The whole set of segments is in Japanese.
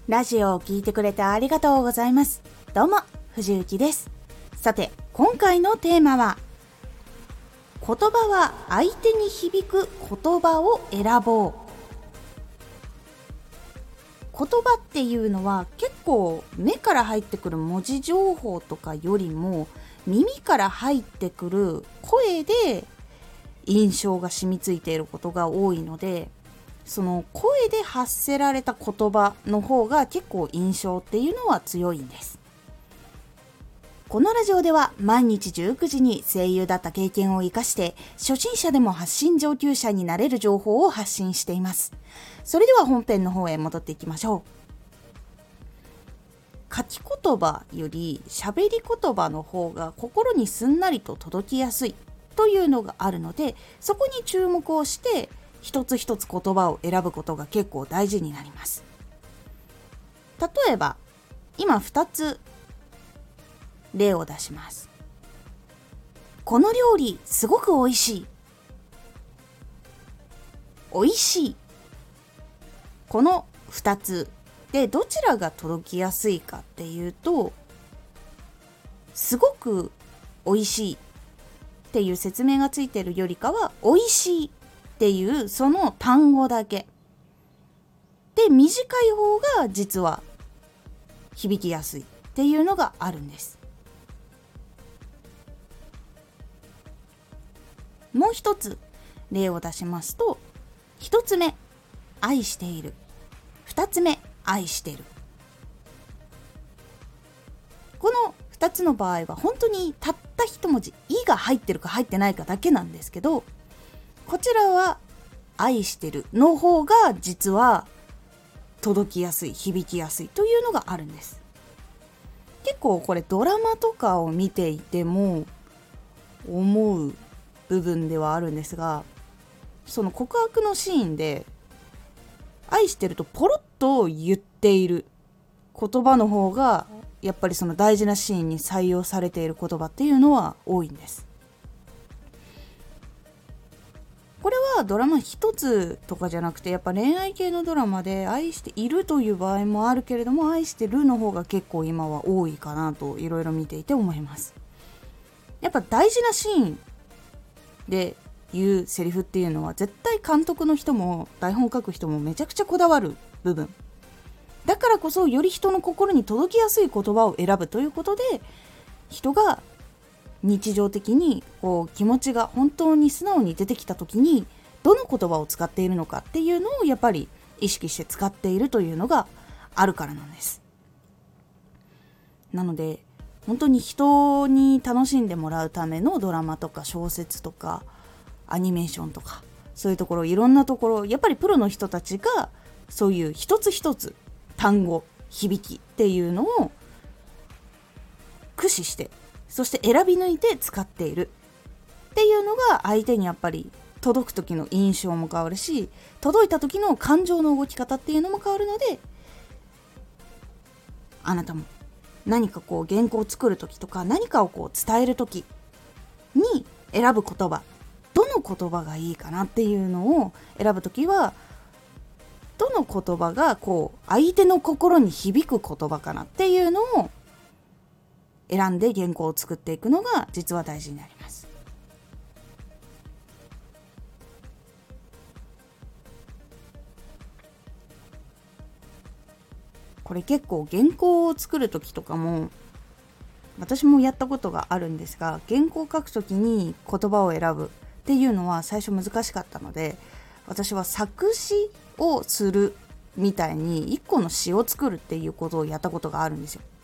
ラジオを聞いてくれてありがとうございます。どうも、藤幸です。さて、今回のテーマは、言葉は相手に響く言葉を選ぼう。言葉っていうのは結構目から入ってくる文字情報とかよりも耳から入ってくる声で印象が染みついていることが多いので、その声で発せられた言葉の方が結構印象っていうのは強いんです。このラジオでは毎日19時に声優だった経験を生かして初心者でも発信上級者になれる情報を発信しています。それでは本編の方へ戻っていきましょう。書き言葉より喋り言葉の方が心にすんなりと届きやすいというのがあるので、そこに注目をして一つ一つ言葉を選ぶことが結構大事になります。例えば今2つ例を出します。この料理すごく美味しい。美味しい。この2つでどちらが届きやすいかっていうと、すごく美味しいっていう説明がついてるよりかは、美味しいっていうその単語だけで短い方が実は響きやすいっていうのがあるんです。もう一つ例を出しますと、一つ目愛している、二つ目愛してる。この2つの場合は本当にたった一文字「い」が入ってるか入ってないかだけなんですけど、こちらは愛してるの方が実は届きやすい、響きやすいというのがあるんです。結構これドラマとかを見ていても思う部分ではあるんですが、その告白のシーンで愛してるとポロッと言っている言葉の方がやっぱりその大事なシーンに採用されている言葉っていうのは多いんです。これはドラマ一つとかじゃなくて、やっぱ恋愛系のドラマで愛しているという場合もあるけれども、愛してるの方が結構今は多いかなといろいろ見ていて思います。やっぱ大事なシーンで言うセリフっていうのは絶対監督の人も台本書く人もめちゃくちゃこだわる部分だからこそ、より人の心に届きやすい言葉を選ぶということで、人が日常的にこう気持ちが本当に素直に出てきた時にどの言葉を使っているのかっていうのをやっぱり意識して使っているというのがあるからなんです。なので本当に人に楽しんでもらうためのドラマとか小説とかアニメーションとか、そういうところ、いろんなところ、やっぱりプロの人たちがそういう一つ一つ単語、響きっていうのを駆使して、そして選び抜いて使っているっていうのが相手にやっぱり届く時の印象も変わるし、届いた時の感情の動き方っていうのも変わるので、あなたも何かこう原稿を作る時とか何かをこう伝える時に選ぶ言葉、どの言葉がいいかなっていうのを選ぶ時は、どの言葉がこう相手の心に響く言葉かなっていうのを選んで原稿を作っていくのが実は大事になります。これ結構原稿を作る時とかも私もやったことがあるんですが、原稿を書く時に言葉を選ぶっていうのは最初難しかったので、私は作詞をするみたいに一個の詩を作るっていうことをやったことがあるんですよ。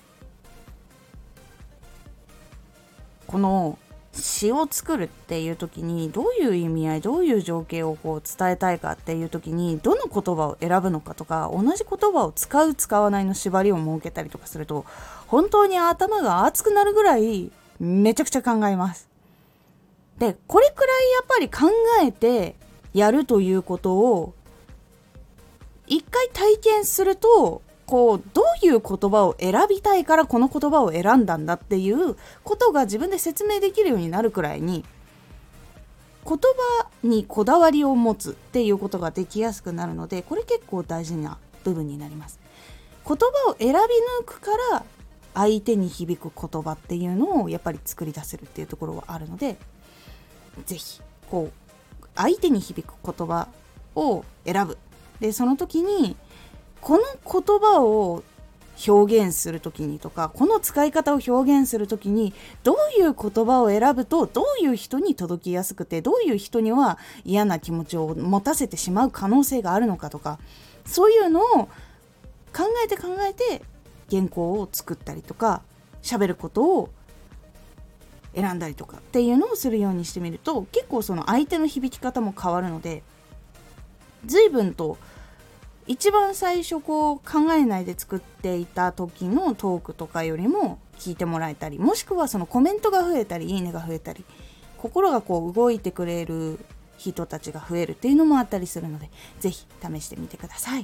この詩を作るっていう時にどういう意味合い、どういう情景をこう伝えたいかっていう時にどの言葉を選ぶのかとか、同じ言葉を使う使わないの縛りを設けたりとかすると本当に頭が熱くなるぐらいめちゃくちゃ考えます。で、これくらいやっぱり考えてやるということを一回体験すると、こうどういう言葉を選びたいからこの言葉を選んだんだっていうことが自分で説明できるようになるくらいに、言葉にこだわりを持つっていうことができやすくなるので、これ結構大事な部分になります。 言葉を選び抜くから相手に響く言葉っていうのをやっぱり作り出せるっていうところはあるので、ぜひこう相手に響く言葉を選ぶ。でその時にこの言葉を表現するときにとか、この使い方を表現するときにどういう言葉を選ぶとどういう人に届きやすくて、どういう人には嫌な気持ちを持たせてしまう可能性があるのかとか、そういうのを考えて原稿を作ったりとか、喋ることを選んだりとかっていうのをするようにしてみると、結構その相手の響き方も変わるので、随分と一番最初こう考えないで作っていた時のトークとかよりも聞いてもらえたり、もしくはそのコメントが増えたりいいねが増えたり、心がこう動いてくれる人たちが増えるっていうのもあったりするので、ぜひ試してみてください。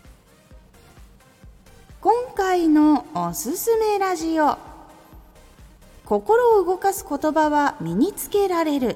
今回のおすすめラジオ、心を動かす言葉は身につけられる。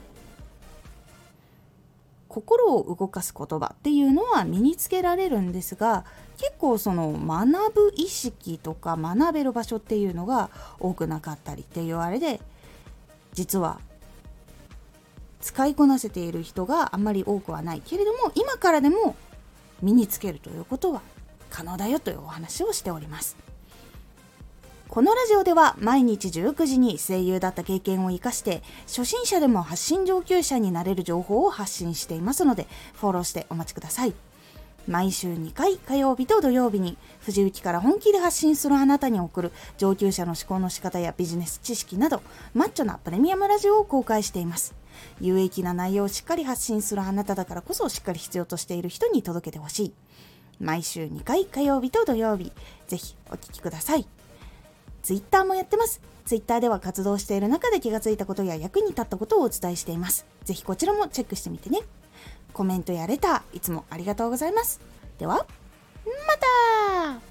心を動かす言葉っていうのは身につけられるんですが、結構その学ぶ意識とか学べる場所っていうのが多くなかったりっていうあれで、実は使いこなせている人があんまり多くはないけれども、今からでも身につけるということは可能だよというお話をしております。このラジオでは毎日19時に声優だった経験を生かして初心者でも発信上級者になれる情報を発信していますので、フォローしてお待ちください。毎週2回火曜日と土曜日に藤雪から本気で発信するあなたに送る上級者の思考の仕方やビジネス知識などマッチョなプレミアムラジオを公開しています。有益な内容をしっかり発信するあなただからこそ、しっかり必要としている人に届けてほしい。毎週2回火曜日と土曜日、ぜひお聞きください。ツイッターもやってます。ツイッターでは活動している中で気がついたことや役に立ったことをお伝えしています。ぜひこちらもチェックしてみてね。コメントやレターいつもありがとうございます。ではまた。